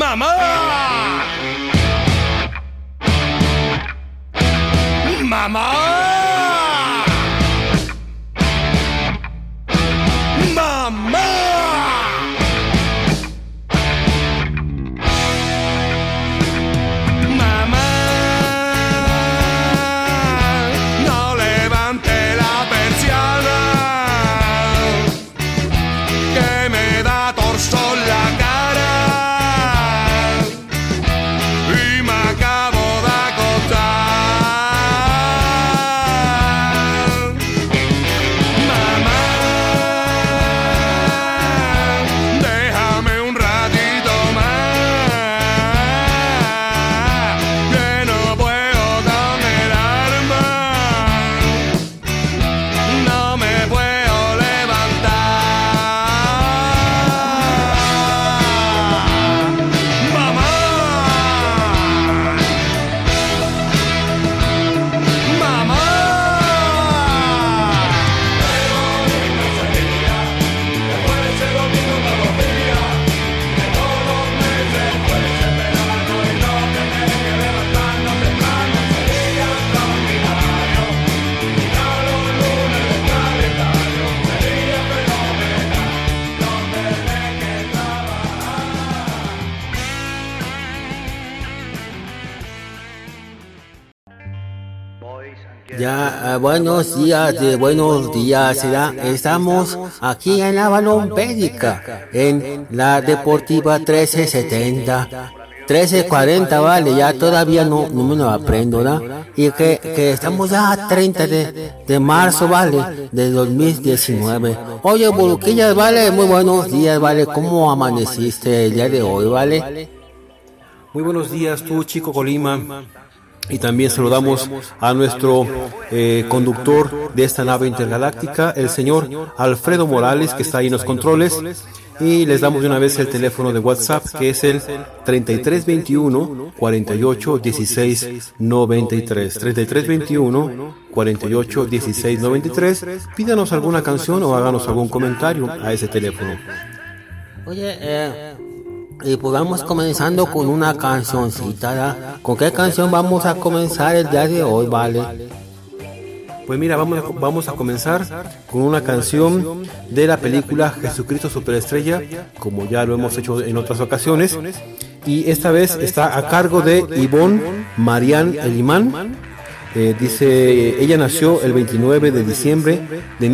¡Mamá! ¡Mamá! ¡Mamá! ¡Mamá! No levante la persiana, que me da torzón la cara y me acabo de acostar. Mamá, déjame un ratito más, que no puedo con el alma, no me puedo levantar. Mamá, mamá. Ya, buenos días, ¿será? Estamos aquí en la Balompédica, en la Deportiva 1370, 1340, vale, ya todavía no me lo aprendo, ¿verdad? Y que estamos ya a 30 de marzo, vale, de 2019. Oye, Boluquillas, vale, muy buenos días, vale, ¿cómo amaneciste el día de hoy, vale? Muy buenos días, tú, Chico Colima. Y también saludamos a nuestro conductor de esta nave intergaláctica, el señor Alfredo Morales, que está ahí en los controles. Y les damos de una vez el teléfono de WhatsApp, que es el 3321 48 16 93. 3321 48 16 93. Pídanos alguna canción o háganos algún comentario a ese teléfono. Oye, y pues vamos comenzando con una cancioncita, ¿verdad? ¿Con qué canción vamos a comenzar el día de hoy, vale? Pues mira, vamos a comenzar con una canción de la película Jesucristo Superestrella, como ya lo hemos hecho en otras ocasiones, y esta vez está a cargo de Ivonne Marianne Elimán. Dice, ella nació el 29 de diciembre de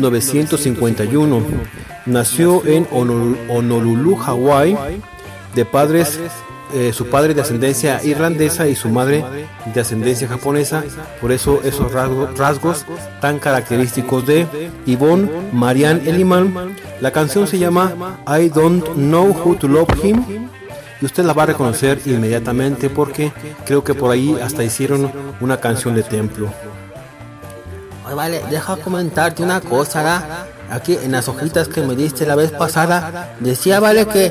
1951. Nació en Honolulu, Hawái, de padres, su padre de ascendencia irlandesa y su madre de ascendencia japonesa. Por eso esos rasgos tan característicos de Ivonne Marianne Elimán. La canción se llama I Don't Know Who to Love Him, y usted la va a reconocer inmediatamente porque creo que por ahí hasta hicieron una canción de templo. Oye, vale, deja comentarte una cosa, ¿verdad? Aquí en las hojitas que me diste la vez pasada, decía, vale, que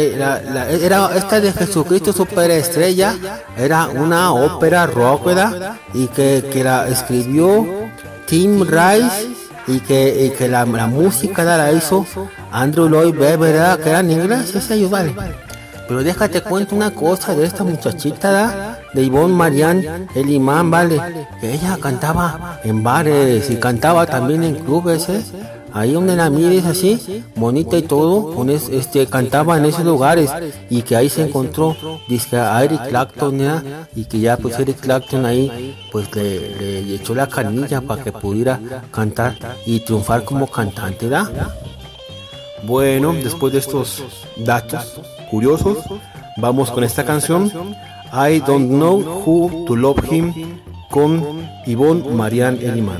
era esta de Jesucristo Superestrella, era una ópera rock, ¿verdad? Y que la escribió Tim Rice, y que la música la hizo Andrew Lloyd Webber, ¿verdad? Que era en inglés, ese yo, vale. Pero déjate cuento una cosa de esta muchachita, ¿verdad? De Ivonne Marianne Elimán, vale, que ella cantaba en bares y cantaba también en clubes, ahí donde la mires así, bonita y todo, cantaba en esos lugares, y que ahí se encontró, dice, a Eric Clapton, ¿verdad? Y que ya pues Eric Clapton ahí pues le echó la canilla para que pudiera cantar y triunfar como cantante, ¿verdad? Bueno, después de estos datos curiosos, vamos con esta canción, I Don't Know Who to Love Him, con Ivonne Marianne Elimán.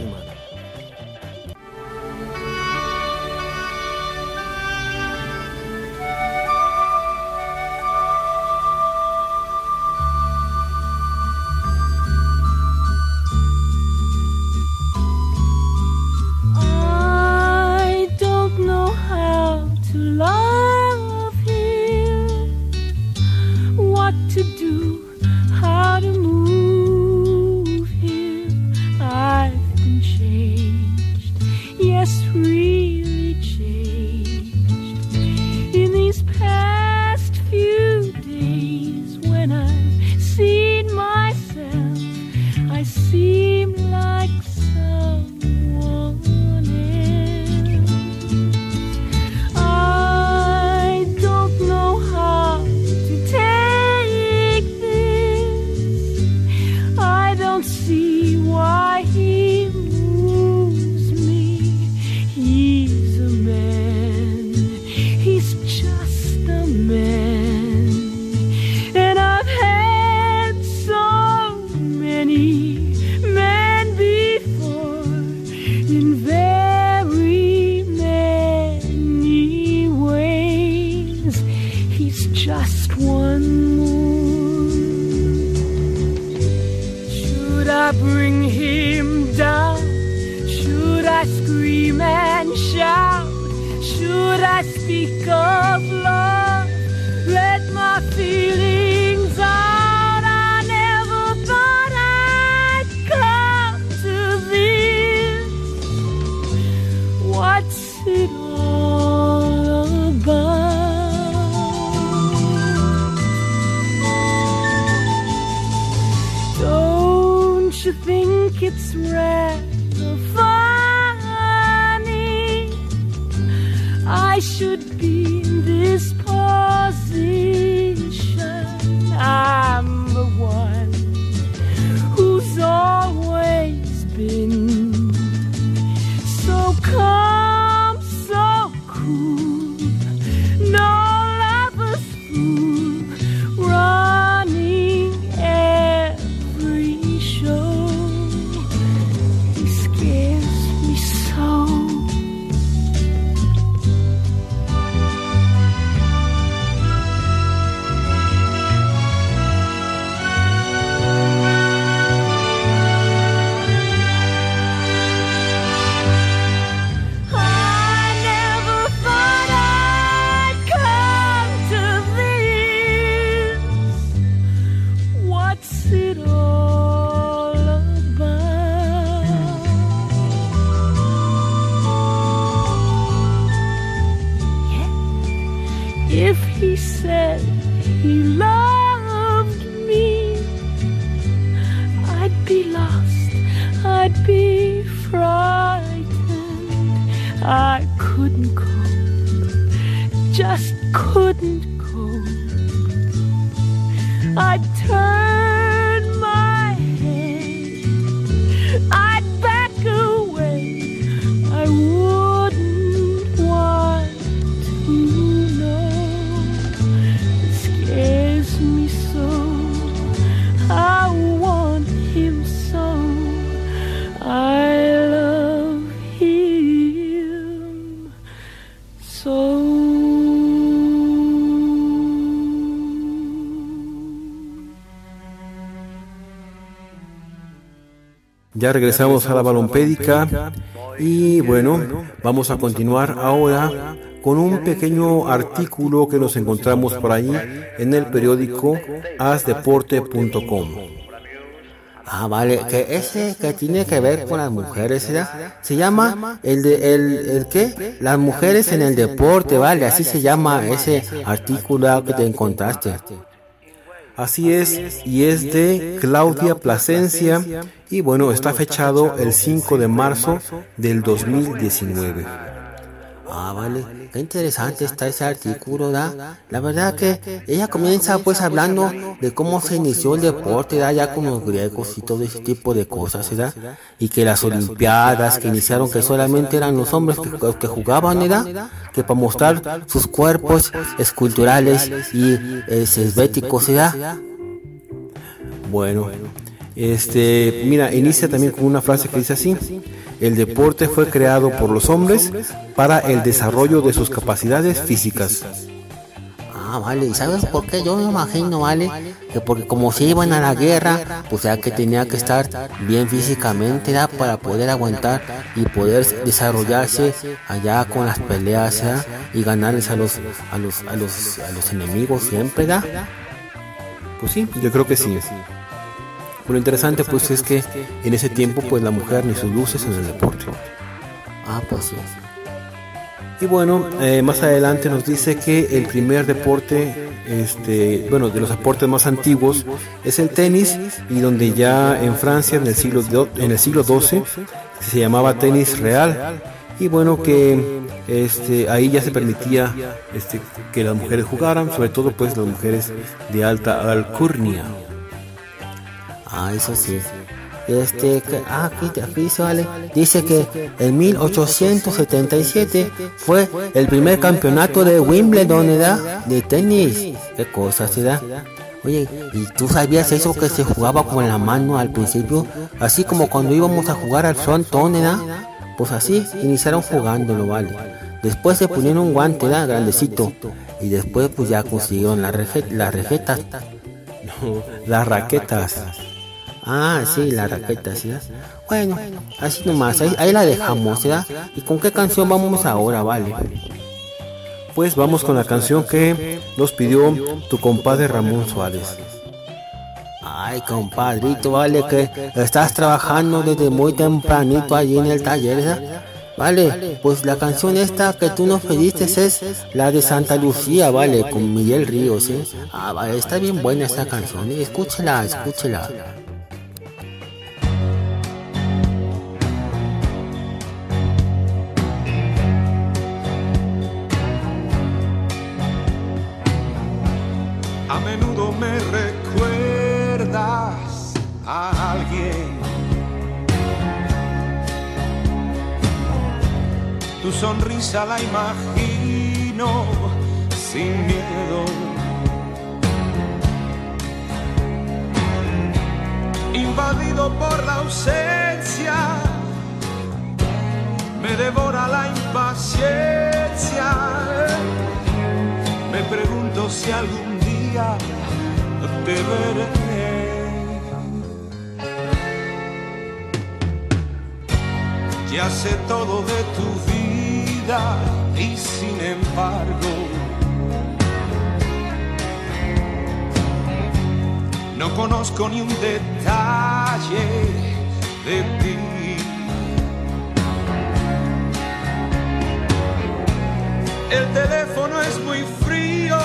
Really changed in these past few days. just one more. Should I bring him down? Should I scream and shout? Should I speak of love? Let my feelings out. I never thought I'd come to this. What's it all about? Don't you think it's rather funny? I should be in this position. I'm the one who's always been so calm, so cool, no lover's fool, running every show. He scares me so. If he said he loved me, I'd be lost, I'd be frightened. I couldn't cope, just couldn't cope. I'd turn my head, I'd back away. I wouldn't want to know. It scares me so. I want him so. I love him so. Ya regresamos a la balompédica y bueno, vamos a continuar ahora con un pequeño artículo que nos encontramos por ahí en el periódico asdeporte.com. Ah, vale, que ese que tiene que ver con las mujeres, ¿verdad? Se llama el ¿qué? Las mujeres en el deporte, vale, así se llama ese artículo que te encontraste. Así es, y es de Claudia Plasencia, y bueno, está fechado el 5 de marzo del 2019. Ah, vale, qué interesante está ese artículo, ¿da? La verdad que ella comienza pues hablando de cómo se inició el deporte, ¿da? Ya con los griegos y todo ese tipo de cosas, ¿da? Y que las olimpiadas que iniciaron que solamente eran los hombres que jugaban, ¿da? Que para mostrar sus cuerpos esculturales y esbéticos, ¿da? Bueno, mira, inicia también con una frase que dice así: el deporte fue creado por los hombres para el desarrollo de sus capacidades físicas. Ah, vale, ¿y sabes por qué? Yo me imagino, vale, que porque como se iban a la guerra, pues ya que tenía que estar bien físicamente, ¿da? Para poder aguantar y poder desarrollarse allá con las peleas, ¿da? Y ganarles a los enemigos siempre, ¿da? Pues sí, yo creo que sí. Lo interesante pues es que en ese tiempo pues la mujer ni sus luces en el deporte. Ah, pues sí. Y bueno, más adelante nos dice que el primer deporte, de los deportes más antiguos es el tenis, y donde ya en Francia en el siglo XII se llamaba tenis real. Y bueno, que ahí ya se permitía que las mujeres jugaran, sobre todo pues las mujeres de alta alcurnia. Ah, eso sí. Aquí dice, vale. Dice que en 1877 fue el primer campeonato de Wimbledon, ¿verdad? De tenis. Qué cosa se da. Oye, ¿y tú sabías eso que se jugaba con la mano al principio? Así como cuando íbamos a jugar al frontón, ¿verdad? Pues así iniciaron jugándolo, vale. Después se ponían un guante, ¿verdad? Grandecito. y después pues ya consiguieron las raquetas. No, las raquetas. Ah, sí, las raquetas, ¿sí? Bueno, así nomás, ahí la dejamos, ¿sí? ¿Y con qué canción vamos ahora, vale? Pues vamos con la canción que nos pidió tu compadre Ramón Suárez. Ay, compadrito, vale, que estás trabajando desde muy tempranito allí en el taller, ¿verdad? Vale, pues la canción esta que tú nos pediste es la de Santa Lucía, vale, con Miguel Ríos, ¿eh? Ah, vale, está bien buena esta canción, ¿eh? Escúchela. A menudo me recuerdas a alguien. Tu sonrisa la imagino sin miedo. Invadido por la ausencia, me devora la impaciencia. Me pregunto si algún día te veré. Ya sé todo de tu vida y sin embargo no conozco ni un detalle de ti. El teléfono es muy frío,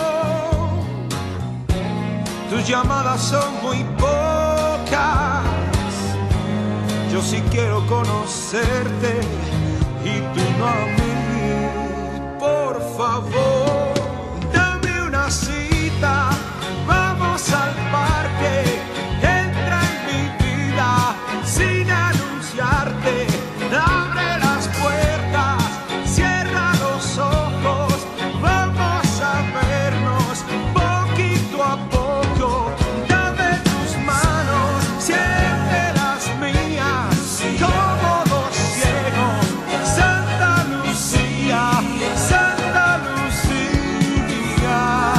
tus llamadas son muy pocas. Yo sí quiero conocerte y tú no a mí. Por favor, dame una cita, vamos al parque. Entra en mi vida sin anunciarte. Abre las puertas, cierra los ojos. Vamos a vernos poquito a poco. Dame tus manos, siente las mías como dos ciegos. Santa Lucía, Santa Lucía,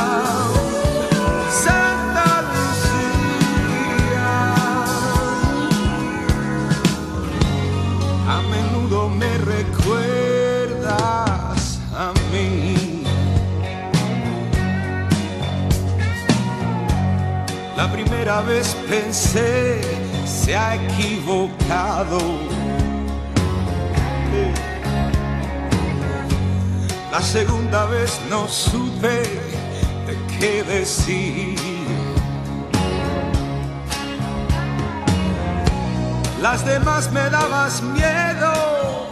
Santa Lucía. A menudo me recuerdas a mí. La primera vez pensé, se ha equivocado. La segunda vez no supe de qué decir. Las demás me dabas miedo,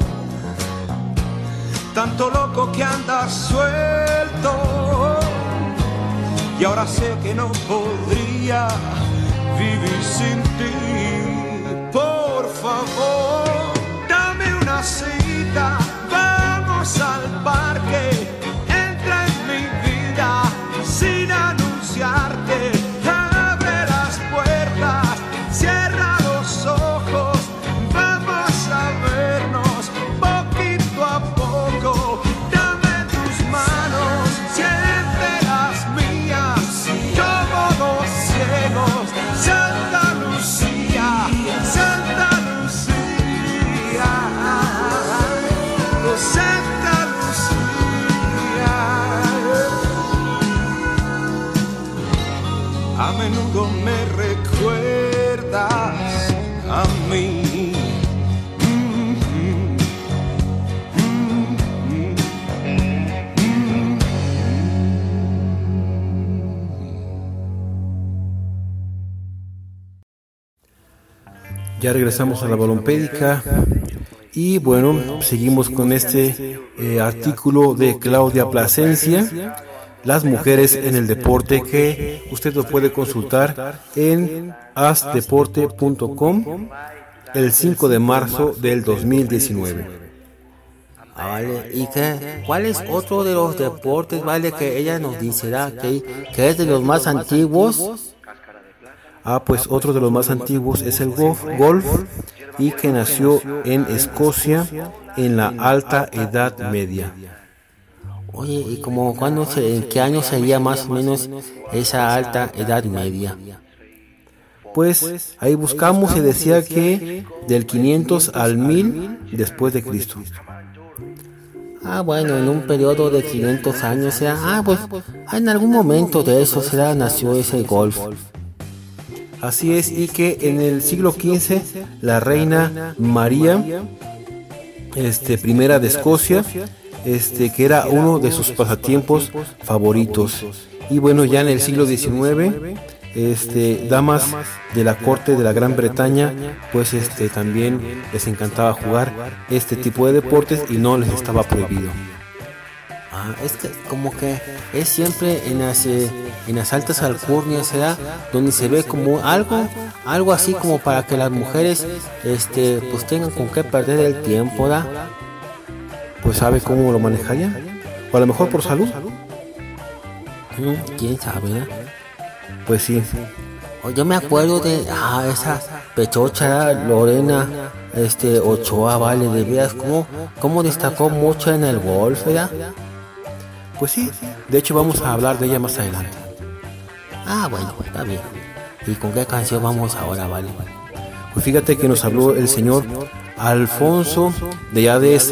tanto loco que andas suelto. Y ahora sé que no podría vivir sin ti. Por favor, dame una cita, vamos al parque. Entra en mi vida sin anunciarte. Abre las puertas, cierra los ojos. Vamos a vernos poquito a poco. Dame tus manos, siente las mías como dos ciegos. Santa Lucía, Santa Lucía, oh Santa Lucía. A menudo me recuerdas a mí. Ya regresamos a la balompédica y bueno, seguimos con este artículo de Claudia Plasencia, las mujeres en el deporte, que usted lo puede consultar en asdeporte.com el 5 de marzo del 2019. Vale, ¿y cuál es otro de los deportes, vale, que ella nos dice, que es de los más antiguos? Pues otro de los más antiguos es el golf, y que nació en Escocia en la Alta Edad Media. Oye, ¿y como en qué año sería más o menos esa alta edad media? Pues ahí buscamos y decía que del 500 al 1000 después de Cristo. Ah, bueno, en un periodo de 500 años será, pues en algún momento de eso nació ese golf. Así es, y que en el siglo XV la reina María, primera de Escocia, que era uno de sus pasatiempos favoritos. Y bueno, ya en el siglo XIX, damas de la corte de la Gran Bretaña, pues también les encantaba jugar este tipo de deportes y no les estaba prohibido. Ah, es que como que es siempre en las altas alcurnias, ¿será? Donde se ve como algo así como para que las mujeres, pues tengan con qué perder el tiempo, ¿da? Pues sabe cómo lo manejarían, o a lo mejor por salud. ¿Quién sabe, ¿no? Pues sí. Yo me acuerdo de esa pechocha Lorena Ochoa, vale, de veras cómo destacó mucho en el golf, ¿verdad? Pues sí, de hecho vamos a hablar de ella más adelante. Bueno, está bien. ¿Y con qué canción vamos ahora, vale? Pues fíjate que nos habló el señor Alfonso de allá de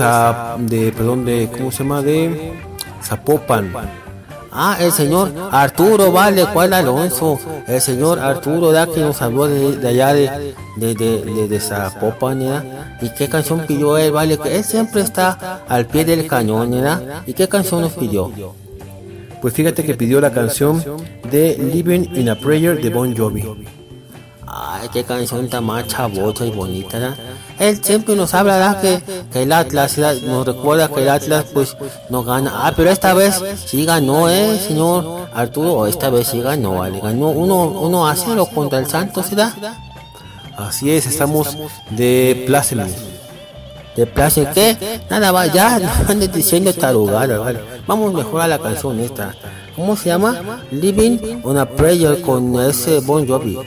Zapopan. El señor Arturo, vale, ¿cuál Alonso? El señor Arturo, ¿da? Que nos habló de allá de Zapopan, ¿verdad? ¿Y qué canción pidió él, vale? Que él siempre está al pie del cañón, ¿verdad? ¿Y qué canción nos pidió? Pues fíjate que pidió la canción de Living in a Prayer de Bon Jovi. Qué canción tan más chavosa y bonita, ¿verdad? Él siempre nos habla, ¿verdad? Que el Atlas, ¿verdad? Nos recuerda que el Atlas pues no gana. Pero esta vez sí ganó, señor Arturo. Esta vez sí ganó, ¿vale? Ganó 1-0 contra el Santos, ¿verdad? Así es, estamos de plácemes. ¿De place qué? Nada, va, ya no andes diciendo tarugada, ¿vale? Vamos mejor a la canción esta. ¿Cómo se llama? Living on a Prayer con ese Bon Jovi.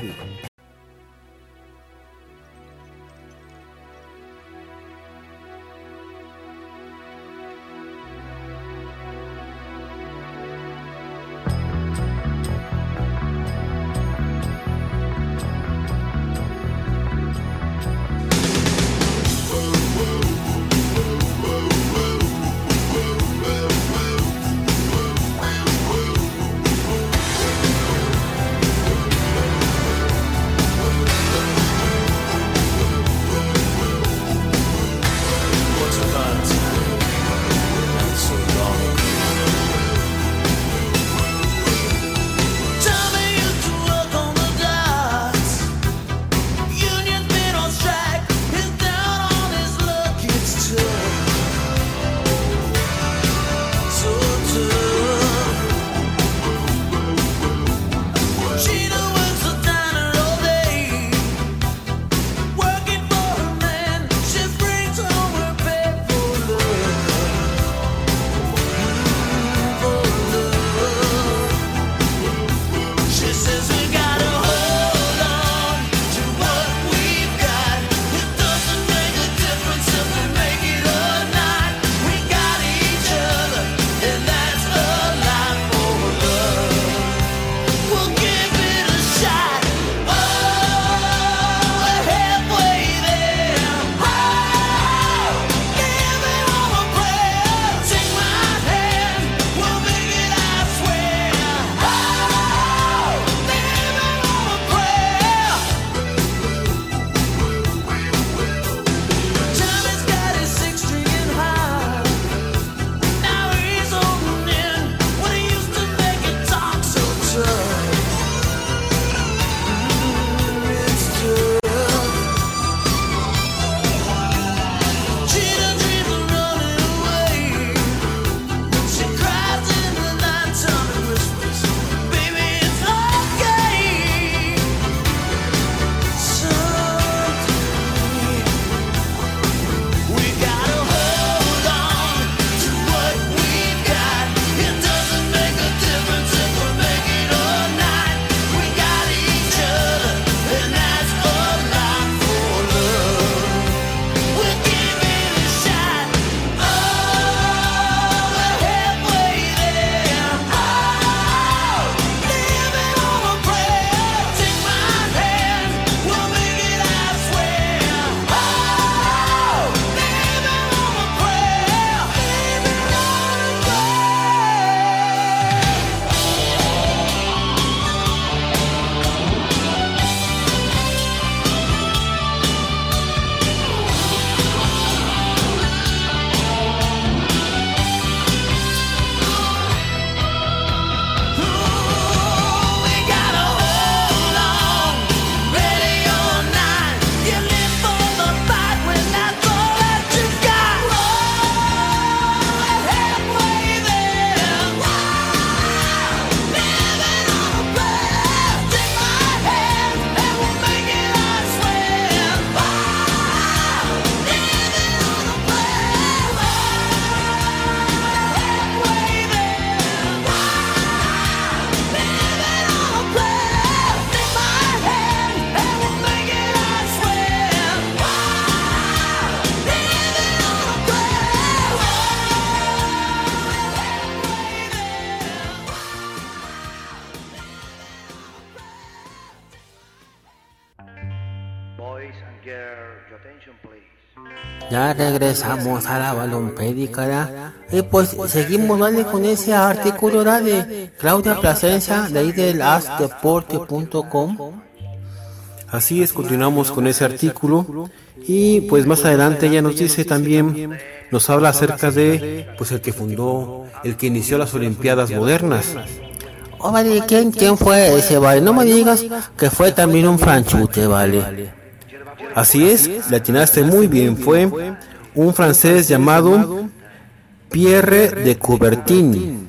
Ya regresamos a la balompédica, ¿verdad? Y pues seguimos, ¿vale? Con ese artículo, ¿verdad? De Claudia Plasencia, de ahí del asdeporte.com. Así es, continuamos con ese artículo y pues más adelante ella nos dice también, nos habla acerca de pues el que fundó, el que inició las Olimpiadas modernas. Oh, vale, ¿quién fue ese, vale? No me digas que fue también un franchute, vale. Así es, le atinaste muy bien, fue un francés llamado Pierre de Coubertin.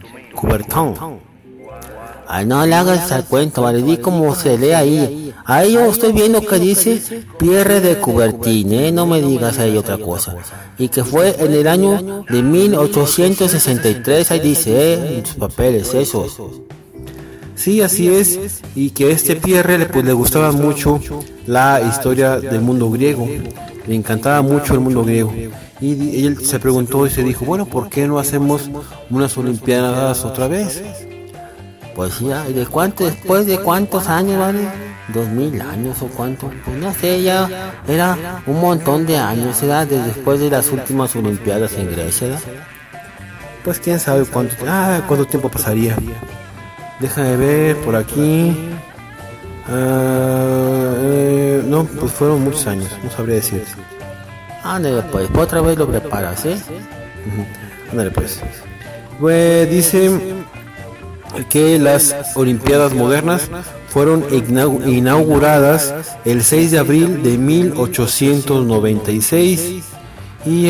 Ay, no le hagas al cuento, vale, di como se lee ahí. Ahí yo estoy viendo que dice Pierre de Coubertin, no me digas ahí otra cosa. Y que fue en el año de 1863, ahí dice, en sus papeles, esos. Sí, así es, y que este Pierre pues le gustaba mucho la historia del mundo griego, le encantaba mucho el mundo griego, y él se preguntó y se dijo, bueno, ¿por qué no hacemos unas olimpiadas otra vez? Pues ya, ¿y después de cuántos años, vale? 2000 años o cuánto, pues no sé, ya era un montón de años, ¿verdad? Después de las últimas olimpiadas en Grecia, ¿verdad? Pues quién sabe cuánto tiempo pasaría. Déjame ver por aquí. No, pues fueron muchos años, no sabría decir. Ándale pues, otra vez lo preparas, ¿eh? Ándale pues. Pues dice que las Olimpiadas modernas fueron inauguradas el 6 de abril de 1896 y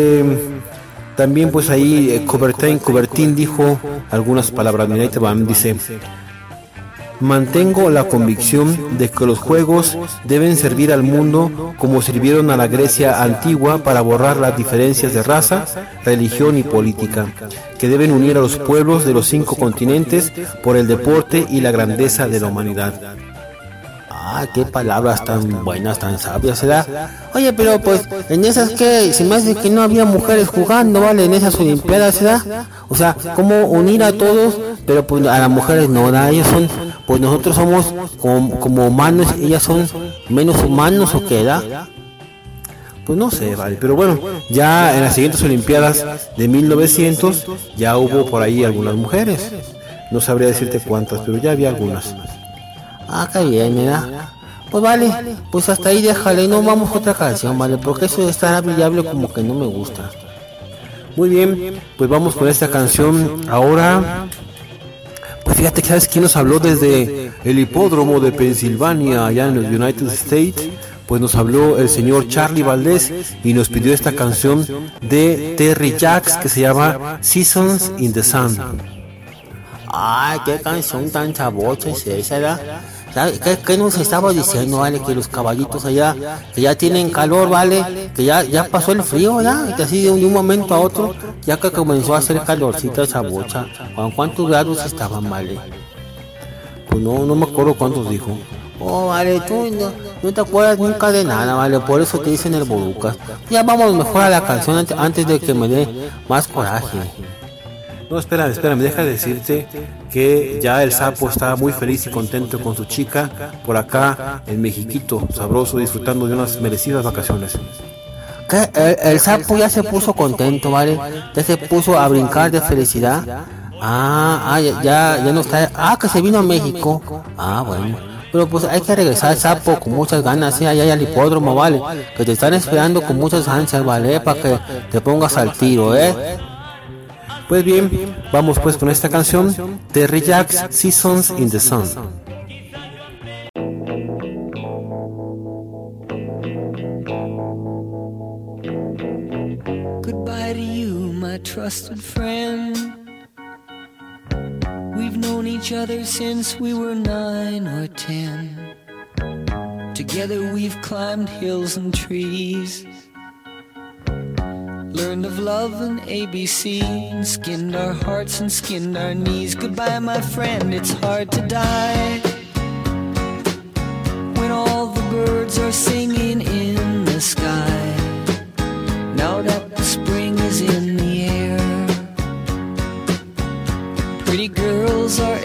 también pues ahí Coubertin dijo algunas palabras. Mira, ahí te van, dice: mantengo la convicción de que los Juegos deben servir al mundo como sirvieron a la Grecia antigua para borrar las diferencias de raza, religión y política, que deben unir a los pueblos de los 5 continentes por el deporte y la grandeza de la humanidad. Ah, qué palabras tan buenas, tan sabias, ¿verdad? Oye, pero pues, en esas que, se me hace que no había mujeres jugando, ¿vale? En esas olimpiadas, ¿verdad? O sea, ¿cómo unir a todos? Pero pues a las mujeres no, ¿verdad? Ellos son, pues nosotros somos como humanos, ellas son menos humanos, ¿o qué, verdad? Pues no sé, vale, pero bueno, ya en las siguientes olimpiadas de 1900 ya hubo por ahí algunas mujeres. No sabría decirte cuántas, pero ya había algunas. Ah, qué bien, ¿verdad? Pues vale, pues hasta ahí déjale, no vamos a otra canción, ¿vale? Porque eso de estar brillable como que no me gusta. Muy bien, pues vamos con esta canción ahora. Pues fíjate, ¿sabes quién nos habló desde el hipódromo de Pensilvania, allá en los United States? Pues nos habló el señor Charlie Valdés y nos pidió esta canción de Terry Jacks que se llama Seasons in the Sun. Ay, qué canción tan chavocha es esa, ¿verdad? ¿Qué nos estaba diciendo, vale? Que los caballitos allá, que ya tienen calor, vale, que ya pasó el frío, ¿verdad? Que así de un momento a otro, ya que comenzó a hacer calorcita esa bocha. ¿Cuántos grados estaban, vale? Pues no me acuerdo cuántos dijo. Oh, vale, tú no te acuerdas nunca de nada, vale, por eso te dicen el Borucas. Ya vamos mejor a la canción antes de que me dé más coraje. No, espérame, deja de decirte que ya el sapo está muy feliz y contento con su chica por acá en Mexiquito, sabroso, disfrutando de unas merecidas vacaciones. ¿Qué? El sapo ya se puso contento, ¿vale? Ya se puso a brincar de felicidad. Ya no está. Que se vino a México. Bueno. Pero pues hay que regresar al sapo con muchas ganas, allá al hipódromo, ¿vale? Que te están esperando con muchas ansias, ¿vale? Para que te pongas al tiro, Pues bien, vamos pues con esta canción, Terry Jacks, Seasons in the Sun. Goodbye to you, my trusted friend. We've known each other since we were 9 or 10. Together we've climbed hills and trees, learned of love and ABC, and skinned our hearts and skinned our knees. Goodbye, my friend, it's hard to die when all the birds are singing in the sky. Now that the spring is in the air, pretty girls are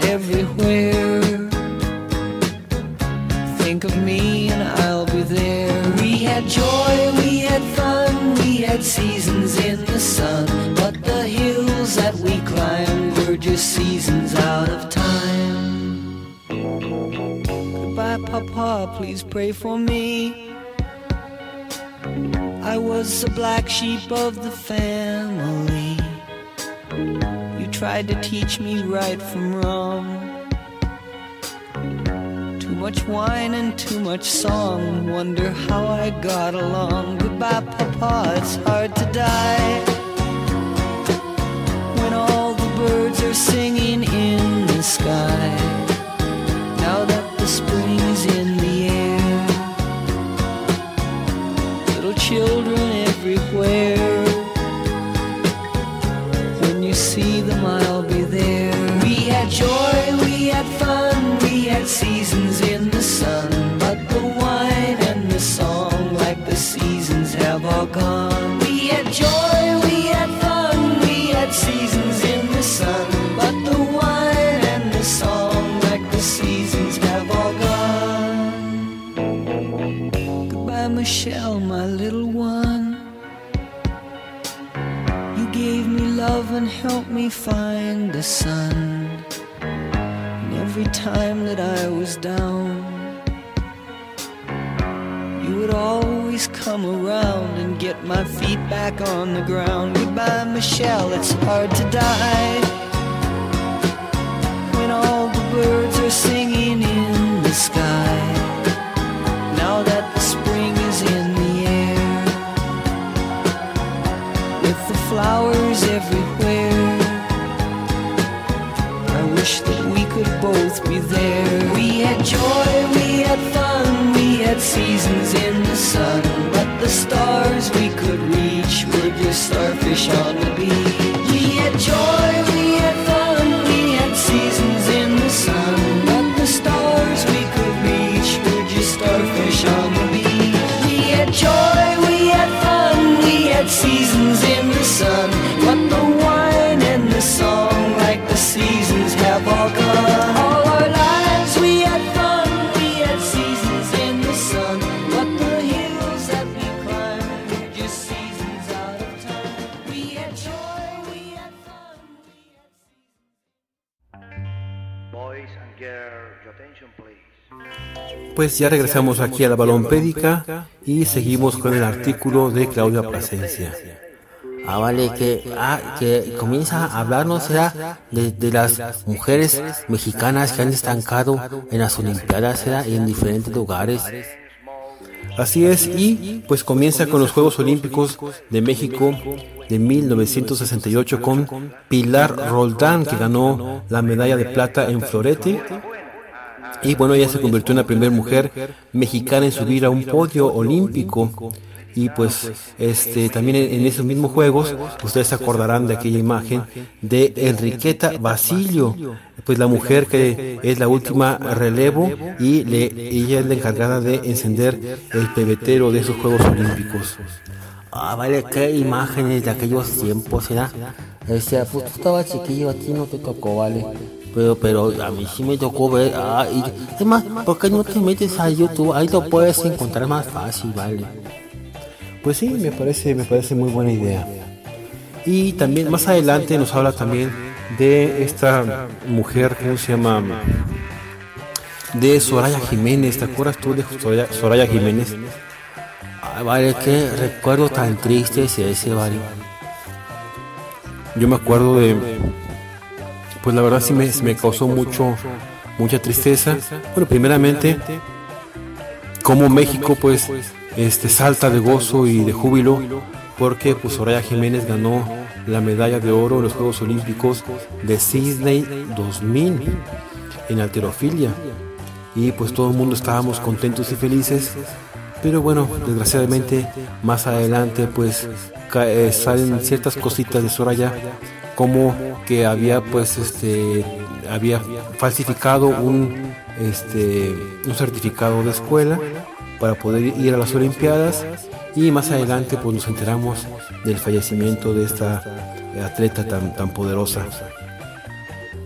everywhere. Think of me and I'll be there. We had had joy, we had fun, we had seasons in the sun, but the hills that we climbed were just seasons out of time. Goodbye, Papa, please pray for me. I was the black sheep of the family. You tried to teach me right from wrong. Too much wine and too much song, wonder how I got along. Goodbye, Papa, it's hard to die when all the birds are singing in the sky. Now that the spring is in the air, little children everywhere. When you see them, I'll be there. We had joy, we had fun, we had seasons in the sun, but the wine and the song, like the seasons, have all gone. We had joy, we had fun, we had seasons in the sun, but the wine and the song, like the seasons, have all gone. Goodbye, Michelle, my little one. You gave me love and helped me find the sun. Every time that I was down, you would always come around and get my feet back on the ground. Goodbye, Michelle, it's hard to die when all the birds are singing in the sky. Now that the spring is in the air, with the flowers everywhere, I wish that we could both be there. We had joy, we had fun, we had seasons in the sun, but the stars we could reach were just starfish on the beach. We had joy, we had fun, we had seasons in the sun, but the stars we could reach were just starfish on the beach. We had joy, we had fun, we had seasons in the sun, but the wine and the song, like the seasons, have all gone. All our lives we had fun, we had seasons in the sun, but the hills that we climbed were just seasons out of time. We had joy, we had fun, we had seasons. Boys and girls, your attention please. Pues ya regresamos aquí a la Balompédica y seguimos con el artículo de Claudia Plasencia. Vale, que comienza a hablarnos ya de las mujeres mexicanas que han estancado en las Olimpiadas en diferentes lugares. Así es, y pues comienza con los Juegos Olímpicos de México de 1968 con Pilar Roldán, que ganó la medalla de plata en florete. Y bueno, ella se convirtió en la primera mujer mexicana en subir a un podio olímpico. Y pues también en esos mismos juegos ustedes se acordarán de aquella imagen de Enriqueta Basilio, pues la mujer que es la última relevo y ella es la encargada de encender el pebetero de esos Juegos Olímpicos. Vale, qué imágenes de aquellos tiempos, ¿verdad? Pues tú estabas chiquillo, a ti no te tocó, vale. Pero a mí sí me tocó ver. Y es más, ¿por qué no te metes a YouTube? Ahí lo puedes encontrar más fácil, vale. Pues sí, me parece muy buena idea. Y también más adelante nos habla también de esta mujer, ¿cómo se llama? De Soraya Jiménez. ¿Te acuerdas tú de Soraya Jiménez? Vale, qué recuerdo tan triste ese, vale. Yo me acuerdo de... Pues la verdad sí me causó mucha tristeza. Bueno, primeramente, como México pues salta de gozo y de júbilo, porque pues Soraya Jiménez ganó la medalla de oro en los Juegos Olímpicos de Sydney 2000 en halterofilia, y pues todo el mundo estábamos contentos y felices. Pero bueno, desgraciadamente más adelante pues salen ciertas cositas de Soraya, como que había había falsificado un certificado de escuela para poder ir a las Olimpiadas, y más adelante pues nos enteramos del fallecimiento de esta atleta tan poderosa.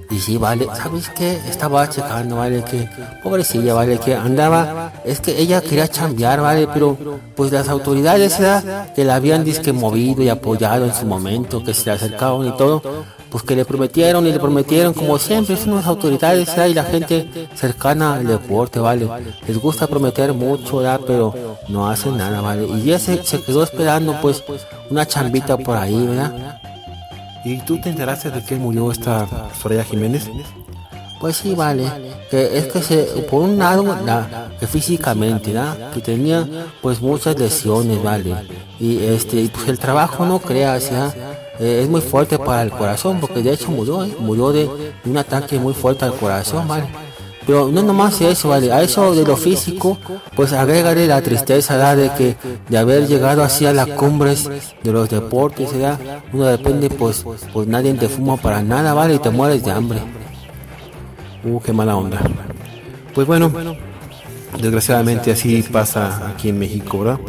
Y sí, vale, ¿sabes qué? Estaba checando, vale, que pobrecilla, vale, que andaba, es que ella quería chambear, vale, pero pues las autoridades, ¿verdad? Que la habían disque movido y apoyado en su momento, que se le acercaban y todo, pues que le prometieron y le prometieron, como siempre, son las autoridades, ¿verdad? Y la gente cercana al deporte, vale, les gusta prometer mucho, ¿verdad? Pero no hacen nada, vale, y ya se quedó esperando, pues, una chambita por ahí, ¿verdad? ¿Y tú te enteraste de que murió esta Soraya Jiménez? Pues sí, vale, que es que por un lado, que físicamente, ¿no? Que tenía pues muchas lesiones, vale, y pues el trabajo, no creas, ¿ya? Es muy fuerte para el corazón, porque de hecho murió de un ataque muy fuerte al corazón, vale. Pero no nomás eso, vale, a eso de lo físico, pues agrégale la tristeza, ¿verdad? De haber llegado así a las cumbres de los deportes, ¿verdad? Uno depende, pues nadie te fuma para nada, vale, y te mueres de hambre. Qué mala onda. Pues bueno, desgraciadamente así pasa aquí en México, ¿verdad?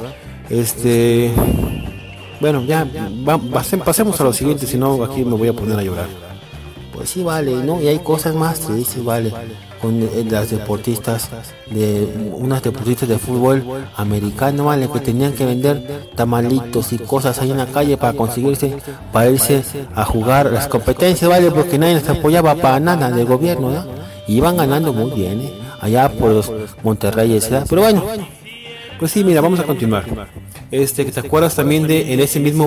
Bueno, ya, pasemos a lo siguiente, si no aquí me voy a poner a llorar. Pues sí, vale, ¿no? Y hay cosas más tristes, vale, con las deportistas, unas deportistas de fútbol americano, vale, que tenían que vender tamalitos y cosas ahí en la calle para irse a jugar las competencias, vale, porque nadie les apoyaba para nada del gobierno, ¿no? Y iban ganando muy bien, allá por los Monterreyes, ¿verdad? Pero bueno, pues sí, mira, vamos a continuar. ¿Te acuerdas también de en ese mismo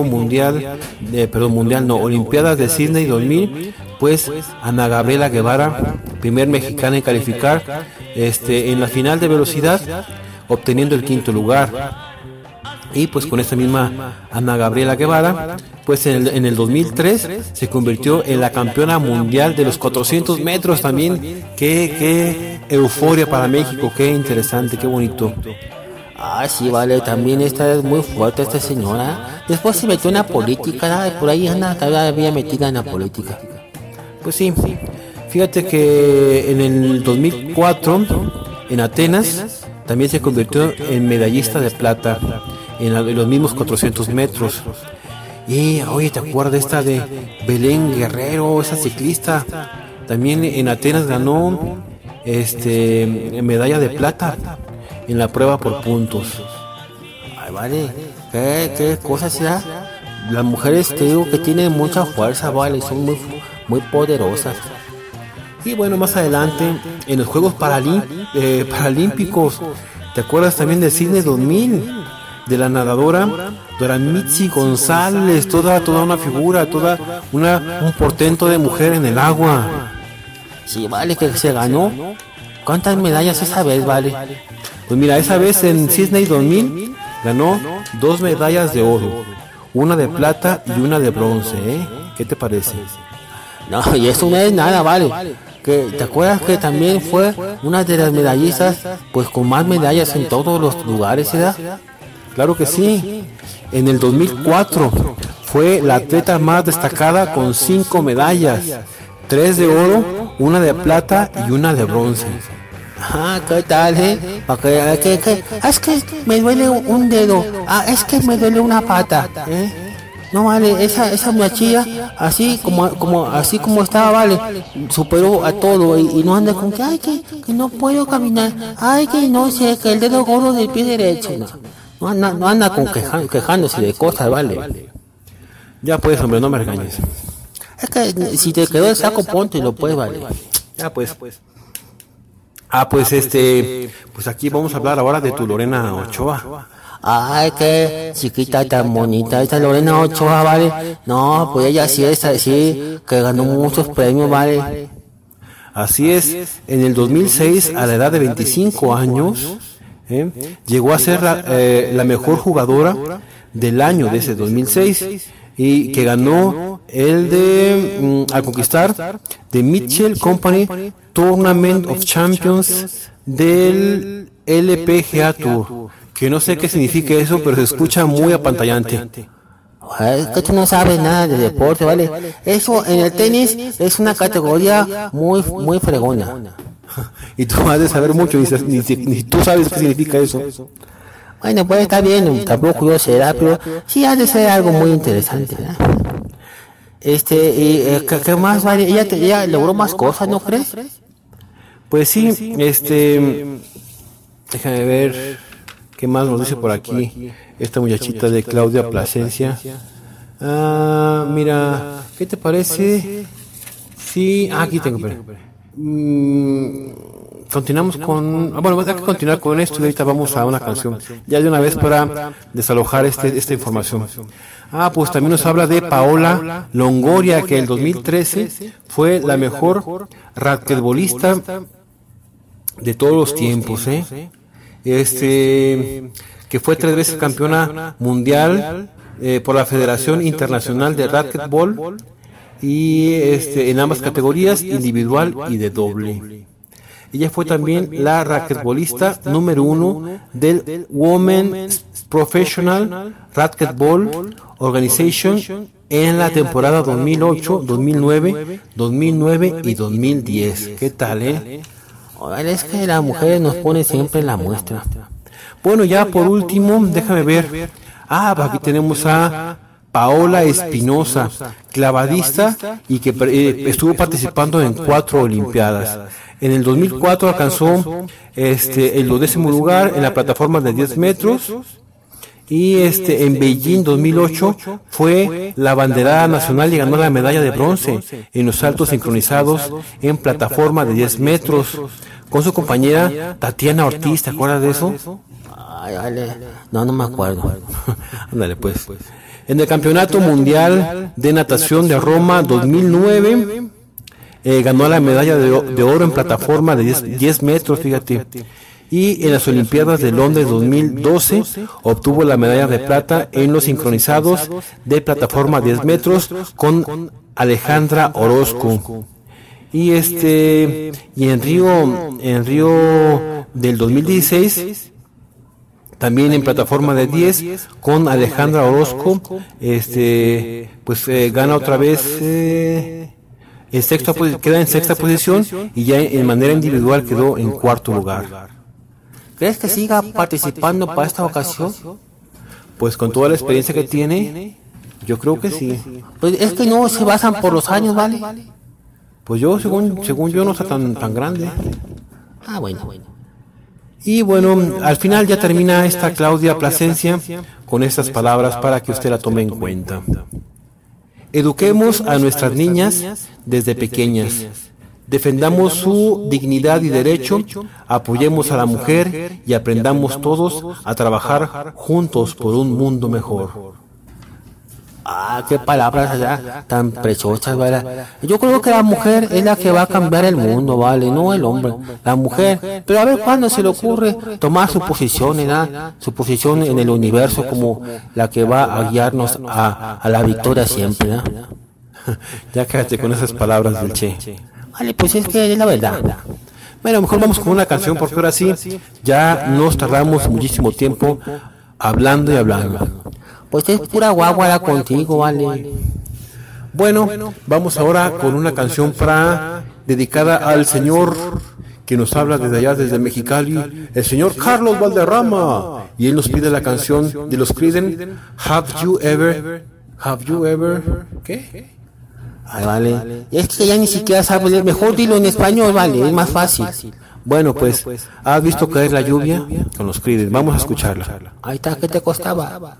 Olimpiadas de Sydney 2000? Pues Ana Gabriela Guevara, primer mexicana en calificar, en la final de velocidad, obteniendo el 5º lugar. Y pues con esta misma Ana Gabriela Guevara, pues en el 2003 se convirtió en la campeona mundial de los 400 metros también. Qué euforia para México, qué interesante, qué bonito. Ah, sí, vale, también esta es muy fuerte esta señora. Después se metió en la política, ¿no? Por ahí anda todavía metida en la política. Pues sí, fíjate que en el 2004, en Atenas, también se convirtió en medallista de plata en los mismos 400 metros. Y, oye, ¿te acuerdas esta de Belén Guerrero, esa ciclista? También en Atenas ganó medalla de plata en la prueba por puntos. Ay, vale, ¿qué cosa será? Las mujeres, te digo, que tienen mucha fuerza, vale, son muy poderosas. Y bueno, más adelante, en los Juegos Paralímpicos, ¿te acuerdas también de Sydney 2000? De la nadadora Doramitzi González, toda una figura, un portento de mujer en el agua. Sí, vale, que se ganó. ¿Cuántas medallas esa vez, vale? Pues mira, esa vez en Sydney 2000 ganó 2 medallas de oro, una de plata y una de bronce, ¿eh? ¿Qué te parece? No, y eso no es nada, vale. ¿Te acuerdas que también fue una de las medallistas, pues con más medallas en todos los lugares, ¿verdad? Claro que sí. En el 2004 fue la atleta más destacada con 5 medallas, 3 de oro, una de plata y una de bronce. Ah, ¿qué tal, es que me duele un dedo. Ah, es que me duele una pata, ¿eh? No, vale, esa muchachilla, así como estaba, vale, superó a todo y no anda con que no puedo caminar, que no sé, que el dedo gordo del pie derecho, no anda con quejándose de cosas, vale. Ya pues, hombre, no me regañes. Es que si te quedó el saco, ponte y lo puedes, vale. Ya pues. Pues aquí vamos a hablar ahora de tu Lorena Ochoa. Ay, qué chiquita tan bonita esta Lorena Ochoa, vale. No, pues ella sí es así, que ganó muchos premios, vale. Así es, en el 2006, a la edad de 25 años, llegó a ser la mejor jugadora del año de ese 2006 y que ganó al conquistar The Mitchell Company Tournament of Champions del LPGA Tour, que no sé qué significa eso, pero se escucha muy apantallante. Es que tú no sabes nada de deporte, ¿vale? Eso en el tenis es una categoría muy fregona. Y tú has de saber mucho, ni tú sabes qué significa eso. Bueno, pues está bien, tampoco yo será, pero sí ha de ser algo muy interesante, ¿verdad? ¿Qué más, vale? Ella logró más cosas, ¿no crees? Pues sí, déjame ver qué más nos dice por aquí esta muchachita de Claudia Plasencia. Mira, ¿qué te parece? Sí, aquí tengo, continuamos con... bueno, hay que continuar con esto y ahorita vamos a una canción. Ya de una vez para desalojar esta información. Pues también nos habla de Paola Longoria, que el 2013 fue la mejor raquetbolista de todos los tiempos, que fue 3 veces campeona mundial por la Federación Internacional de Racquetball y en ambas categorías, individual y de doble. Ella fue también la raquetbolista número 1 del Women's Professional Racquetball Organization en la temporada 2008, 2009, 2009 y 2010. ¿Qué tal, Es que las mujeres nos ponen siempre en la muestra. Bueno, ya por último, déjame ver. Aquí tenemos a Paola Espinosa, clavadista y que estuvo participando en 4 olimpiadas. En el 2004 alcanzó el 12º lugar en la plataforma de 10 metros y en Beijing 2008 fue la abanderada nacional y ganó la medalla de bronce en los saltos sincronizados en plataforma de 10 metros con su compañera Tatiana Ortiz. ¿Te acuerdas de eso? No me acuerdo. Ándale, pues. En el Campeonato Mundial de Natación de Roma 2009 ganó la medalla de oro en plataforma de 10 metros, fíjate. Y en las Olimpiadas de Londres 2012 obtuvo la medalla de plata en los sincronizados de plataforma 10 metros con Alejandra Orozco. Y en Río del 2016 también en plataforma de 10 con Alejandra Orozco, gana otra vez queda en sexta posición y ya en manera individual quedó en 4º lugar. ¿Crees que siga participando para esta ocasión? Pues con toda la experiencia que tiene, yo creo que sí. Pues es que no se basan por los años, ¿vale? Pues yo, según yo, no está tan grande. Bueno. Y bueno, al final ya termina esta Claudia Plasencia con estas palabras para que usted la tome en cuenta. Eduquemos a nuestras niñas desde pequeñas. Defendamos su dignidad y derecho, apoyemos a la mujer y aprendamos todos a trabajar juntos por un mundo mejor. Qué palabras allá tan preciosas, ¿vale? Yo creo que la mujer es la que va a cambiar el mundo, ¿vale? No el hombre, la mujer. Pero a ver cuándo se le ocurre tomar su posición, su posición en el universo como la que va a guiarnos a la victoria siempre, ¿no? Ya quédate con esas palabras del Che. Vale, pues es que es la verdad. Bueno, mejor vamos con una canción porque ahora sí, ya nos tardamos muchísimo tiempo hablando y hablando. Pues es pura guaguara contigo, vale. Bueno, vamos ahora con una canción dedicada al señor que nos habla desde allá, desde Mexicali, el señor Carlos Valderrama. Y él nos pide la canción de los Creedence, Have You Ever, ¿qué? Vale. Es que ya ni siquiera sabes leer, mejor dilo en español, vale, es más fácil. Bueno, pues, ¿has visto caer la lluvia? Con los Creedence, vamos a escucharla. Ahí está, ¿qué te costaba?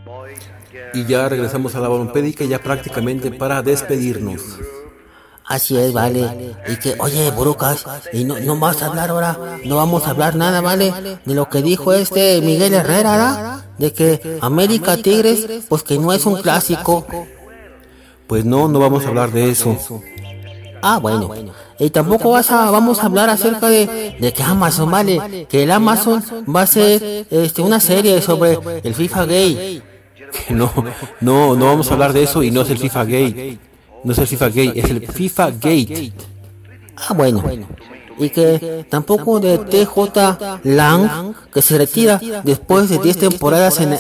Y ya regresamos a la balompédica ya prácticamente para despedirnos. Así es, vale. Y que, oye, Burucas, y no vas a hablar ahora, no vamos a hablar nada, vale, de lo que dijo Miguel Herrera, ¿verdad? De que América Tigres, pues que no es un clásico. Pues no vamos a hablar de eso. Ah, bueno. Y tampoco vamos a hablar acerca de que Amazon, vale, que el Amazon va a hacer una serie sobre el FIFA Gay. No vamos a hablar de eso y no es el FIFA Gay. No es el FIFA Gay, es el FIFA Gate. Ah, bueno. Y que tampoco de TJ Lang, que se retira después de 10 temporadas en la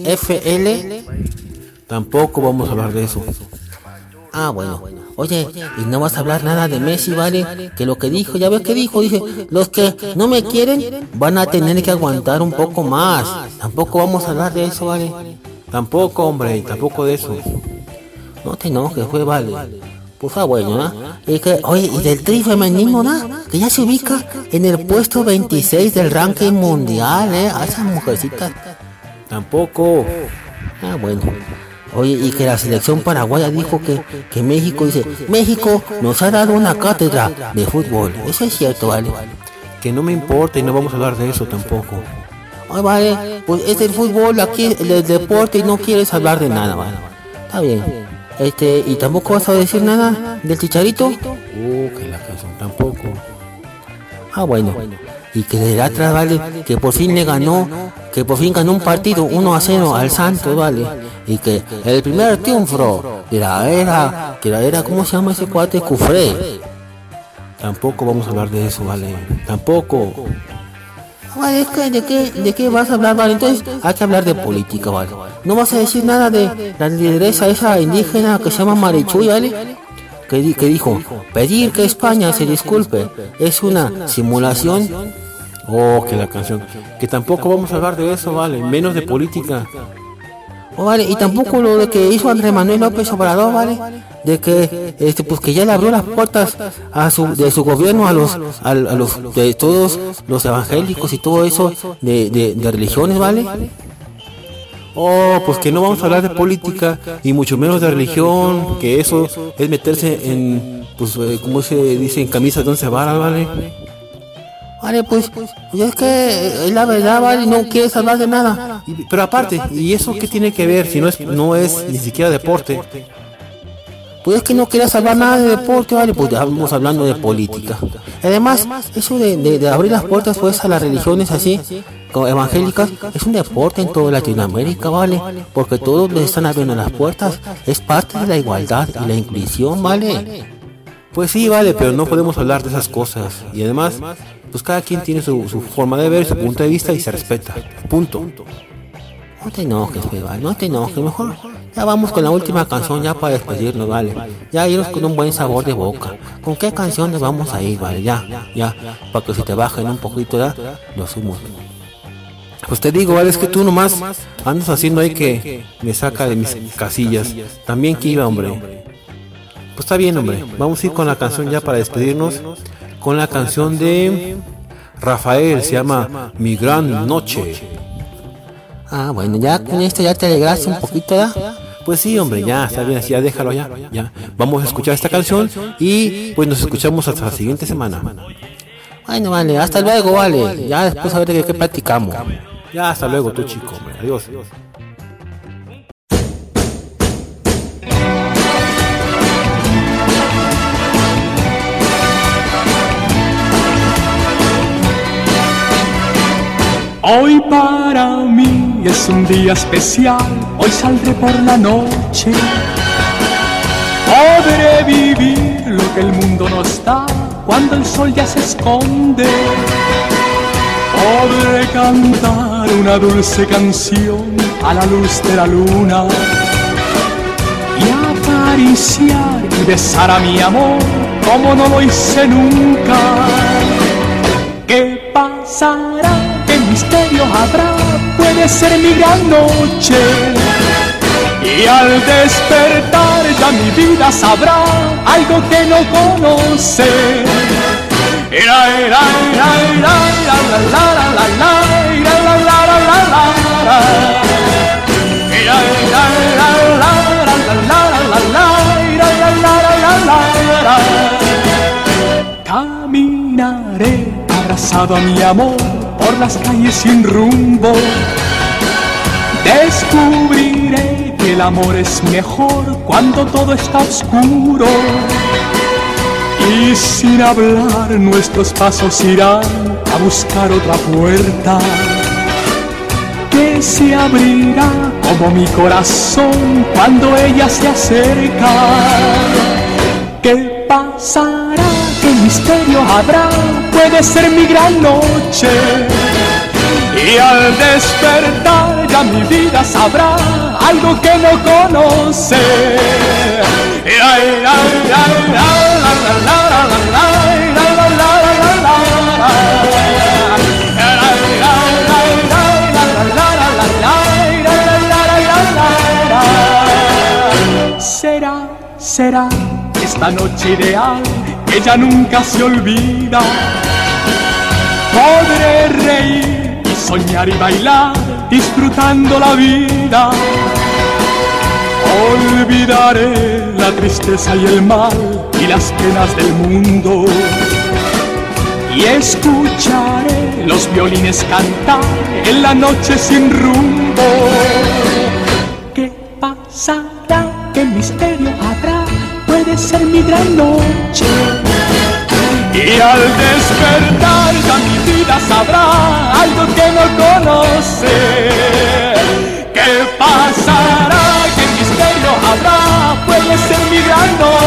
NFL. Tampoco vamos a hablar de eso. Ah, bueno. Oye, y no vas a hablar nada de Messi, ¿vale? Que lo que dijo, ya ves que dijo, dice, los que no me quieren van a tener que aguantar un poco más. Tampoco vamos a hablar de eso, ¿vale? Tampoco, hombre, tampoco de eso. No te enojes, fue, vale. Pues bueno, ¿no? Y que, oye, y del tri femenino, ¿no? Que ya se ubica en el puesto 26 del ranking mundial, a esas mujercitas. Tampoco. Ah, bueno. Oye, y que la selección paraguaya dijo que México, dice, México nos ha dado una cátedra de fútbol. Eso es cierto, ¿vale? Que no me importa y no vamos a hablar de eso tampoco. Ay, vale, pues es el fútbol, aquí el deporte y no quieres hablar de nada, ¿vale? Está bien. ¿Y tampoco vas a decir nada del Chicharito? Que la canción tampoco. Ah, bueno. Y que del Atlas, vale, que por fin ganó un partido 1-0 al Santos, vale. Y que el primer triunfo de la era, ¿cómo se llama ese cuate? Cufré. Tampoco vamos a hablar de eso, vale. Tampoco. Vale, es que ¿de qué vas a hablar, vale? Entonces hay que hablar de política, vale. No vas a decir nada de la lideresa esa indígena que se llama Marichuy, ¿vale? Que dijo, pedir que España se disculpe es una simulación. Que la canción. Que tampoco vamos a hablar de eso, vale. Menos de política. Vale, y tampoco lo de que hizo Andrés Manuel López Obrador, vale, de que pues que ya le abrió las puertas de su gobierno a los de todos los evangélicos y todo eso de religiones, vale. Pues que no vamos a hablar de política y mucho menos de religión, que eso es meterse en, pues, ¿cómo se dice? En camisas de 11 varas, vale. Vale, pues es que es la verdad, vale, no quieres hablar de nada. Pero aparte, ¿y eso qué tiene que ver si no es ni siquiera deporte? Pues es que no quieras hablar nada de deporte, vale, pues ya vamos hablando de política. Además, eso de abrir las puertas pues a las religiones así, como evangélicas, es un deporte en toda Latinoamérica, vale, porque todos les están abriendo las puertas, es parte de la igualdad y la inclusión, vale. Pues sí, vale, pero no podemos hablar de esas cosas. Y además, pues cada quien tiene su forma de ver, su punto de vista y se respeta. Punto. No te enojes, vale, no te enojes, mejor ya vamos con la última canción ya para despedirnos, vale. Ya irnos con un buen sabor de boca. ¿Con qué canción nos vamos a ir, vale? Ya, para que se te bajen un poquito, ya, los humos. Pues te digo, vale, es que tú nomás andas haciendo ahí que me saca de mis casillas. También que iba, hombre. Pues está bien, hombre. Vamos a ir con la canción ya para despedirnos. Con la canción de Rafael, se llama Mi Gran Noche. Ah, bueno, ya con esto ya te alegraste un poquito, ¿ya? Pues sí, hombre, ya, está bien, así ya déjalo ya. Vamos a escuchar esta canción y pues nos escuchamos hasta la siguiente semana. Bueno, vale, hasta luego, vale. Ya después a ver de qué platicamos. Ya, hasta luego, tú chico, hombre. Adiós. Hoy para mí es un día especial, hoy saldré por la noche. Podré vivir lo que el mundo nos da cuando el sol ya se esconde. Podré cantar una dulce canción a la luz de la luna y acariciar y besar a mi amor como no lo hice nunca. ¿Qué pasará? ¿Qué misterio habrá? Puede ser mi gran noche. Y al despertar ya mi vida sabrá algo que no conoce. buscado a mi amor por las calles sin rumbo, descubriré que el amor es mejor cuando todo está oscuro. Y sin hablar nuestros pasos irán a buscar otra puerta que se abrirá como mi corazón cuando ella se acerca. ¿Qué pasará? ¿Qué misterio habrá? Puede ser mi gran noche. Y al despertar ya mi vida sabrá algo que no conoce. Será esta noche ideal que ya nunca se olvida. Podré reír y soñar y bailar disfrutando la vida. Olvidaré la tristeza y el mal y las penas del mundo. Y escucharé los violines cantar en la noche sin rumbo. ¿Qué pasará? ¿Qué misterio habrá? Puede ser mi gran noche. Y al despertar ya mi vida sabrá algo que no conoce. ¿Qué pasará? ¿Qué misterio habrá? Puede ser mi gran noche.